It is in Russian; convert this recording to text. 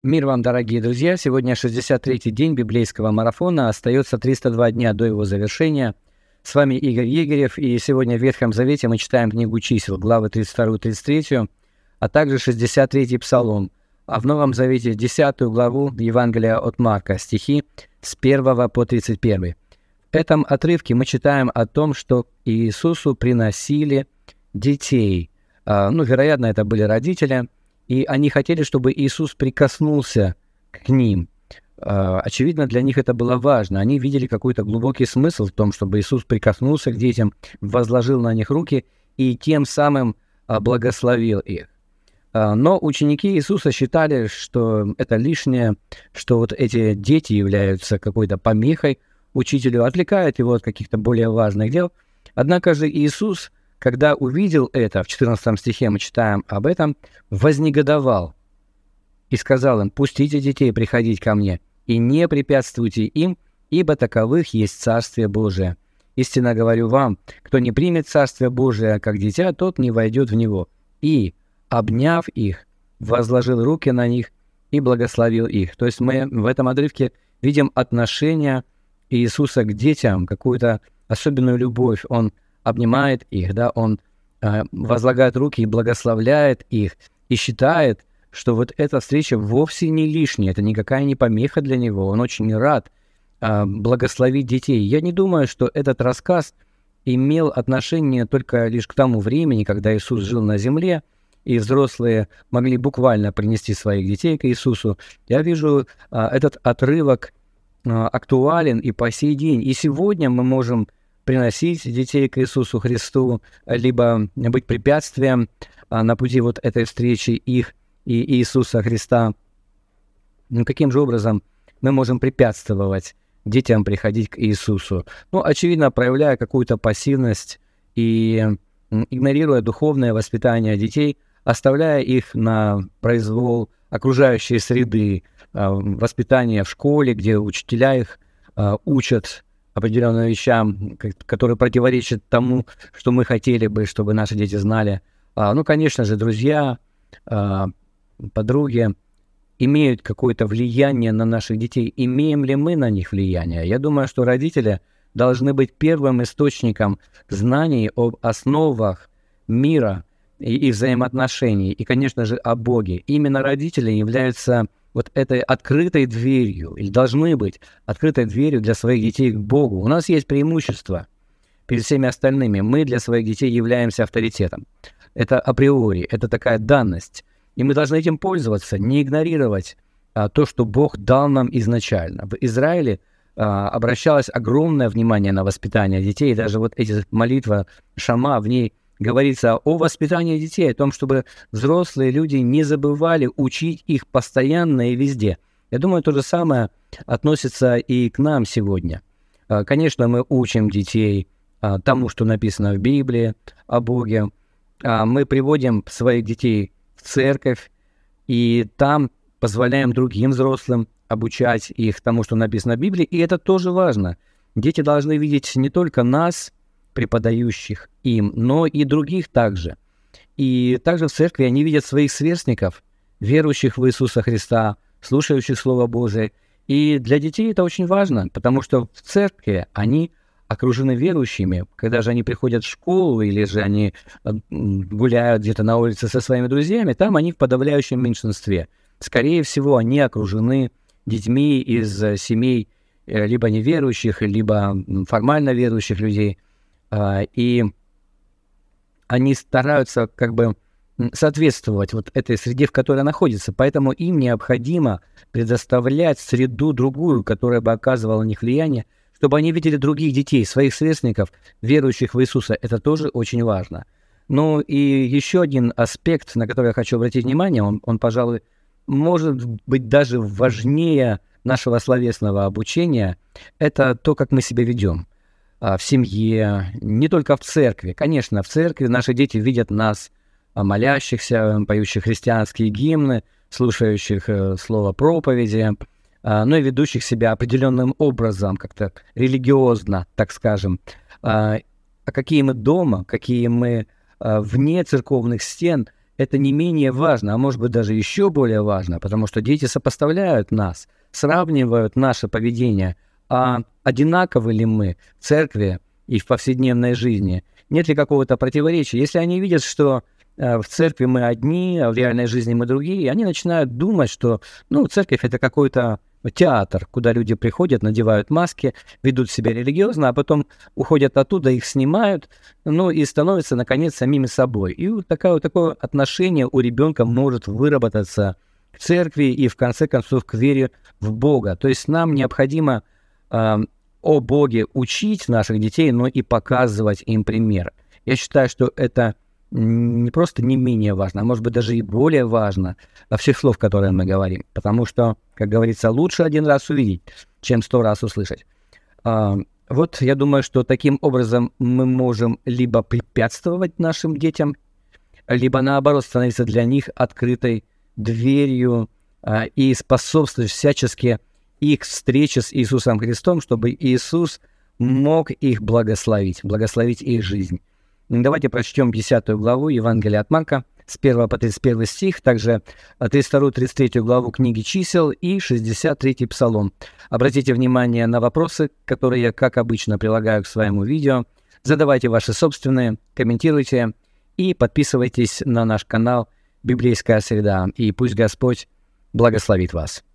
Мир вам, дорогие друзья! Сегодня 63-й день библейского марафона. Остается 302 дня до его завершения. С вами Игорь Егорев, и сегодня в Ветхом Завете мы читаем книгу чисел, главы 32-33, а также 63-й Псалом, а в Новом Завете 10 главу Евангелия от Марка, стихи с 1 по 31. В этом отрывке мы читаем о том, что Иисусу приносили детей. Вероятно, это были родители, и они хотели, чтобы Иисус прикоснулся к ним. Очевидно, для них это было важно. Они видели какой-то глубокий смысл в том, чтобы Иисус прикоснулся к детям, возложил на них руки и тем самым благословил их. Но ученики Иисуса считали, что это лишнее, что вот эти дети являются какой-то помехой учителю, отвлекают его от каких-то более важных дел. Однако же Иисус, когда увидел это, в 14 стихе мы читаем об этом, вознегодовал и сказал им: «Пустите детей приходить ко мне, и не препятствуйте им, ибо таковых есть Царствие Божие. Истинно говорю вам, кто не примет Царствие Божие как дитя, тот не войдет в него». И, обняв их, возложил руки на них и благословил их. То есть мы в этом отрывке видим отношение Иисуса к детям, какую-то особенную любовь. Он обнимает их, он возлагает руки и благословляет их, и считает, что вот эта встреча вовсе не лишняя, это никакая не помеха для него, он очень рад благословить детей. Я не думаю, что этот рассказ имел отношение только лишь к тому времени, когда Иисус жил на земле, и взрослые могли буквально принести своих детей к Иисусу. Я вижу, этот отрывок актуален и по сей день, и сегодня мы можем приносить детей к Иисусу Христу, либо быть препятствием на пути вот этой встречи их и Иисуса Христа. Каким же образом мы можем препятствовать детям приходить к Иисусу? Очевидно, проявляя какую-то пассивность и игнорируя духовное воспитание детей, оставляя их на произвол окружающей среды, воспитания в школе, где учителя их учат определенным вещам, которые противоречат тому, что мы хотели бы, чтобы наши дети знали. Конечно же, друзья, подруги имеют какое-то влияние на наших детей. Имеем ли мы на них влияние? Я думаю, что родители должны быть первым источником знаний об основах мира и взаимоотношений, и, конечно же, о Боге. Именно родители являются вот этой открытой дверью, или должны быть открытой дверью для своих детей к Богу. У нас есть преимущество перед всеми остальными. Мы для своих детей являемся авторитетом. Это априори, это такая данность. И мы должны этим пользоваться, не игнорировать то, что Бог дал нам изначально. В Израиле обращалось огромное внимание на воспитание детей. Даже вот эти молитва Шама, в ней говорится о воспитании детей, о том, чтобы взрослые люди не забывали учить их постоянно и везде. Я думаю, то же самое относится и к нам сегодня. Конечно, мы учим детей тому, что написано в Библии о Боге. Мы приводим своих детей в церковь, и там позволяем другим взрослым обучать их тому, что написано в Библии, и это тоже важно. Дети должны видеть не только нас, преподающих им, но и других также. И также в церкви они видят своих сверстников, верующих в Иисуса Христа, слушающих Слово Божие. И для детей это очень важно, потому что в церкви они окружены верующими. Когда же они приходят в школу или же они гуляют где-то на улице со своими друзьями, там они в подавляющем меньшинстве. Скорее всего, они окружены детьми из семей либо неверующих, либо формально верующих людей. И они стараются соответствовать вот этой среде, в которой находятся. Поэтому им необходимо предоставлять среду другую, которая бы оказывала на них влияние, чтобы они видели других детей, своих сверстников, верующих в Иисуса. Это тоже очень важно. И еще один аспект, на который я хочу обратить внимание, он, пожалуй, может быть даже важнее нашего словесного обучения, это то, как мы себя ведем в семье, не только в церкви. Конечно, в церкви наши дети видят нас, молящихся, поющих христианские гимны, слушающих слово проповеди, но и ведущих себя определенным образом, как-то религиозно, так скажем. А какие мы дома, какие мы вне церковных стен, это не менее важно, а может быть даже еще более важно, потому что дети сопоставляют нас, сравнивают наше поведение, а одинаковы ли мы в церкви и в повседневной жизни, нет ли какого-то противоречия. Если они видят, что в церкви мы одни, а в реальной жизни мы другие, они начинают думать, что церковь — это какой-то театр, куда люди приходят, надевают маски, ведут себя религиозно, а потом уходят оттуда, их снимают, и становятся, наконец, самими собой. И вот такое отношение у ребенка может выработаться к церкви и, в конце концов, к вере в Бога. То есть нам необходимо о Боге учить наших детей, но и показывать им пример. Я считаю, что это не просто не менее важно, а может быть даже и более важно во всех слов, которые мы говорим. Потому что, как говорится, лучше один раз увидеть, чем 100 раз услышать. Вот я думаю, что таким образом мы можем либо препятствовать нашим детям, либо наоборот становиться для них открытой дверью и способствовать всячески их встрече с Иисусом Христом, чтобы Иисус мог их благословить их жизнь. Давайте прочтем 10 главу Евангелия от Марка с 1 по 31 стих, также 32-33 главу книги «Чисел» и 63-й Псалом. Обратите внимание на вопросы, которые я, как обычно, прилагаю к своему видео. Задавайте ваши собственные, комментируйте и подписывайтесь на наш канал «Библейская среда». И пусть Господь благословит вас.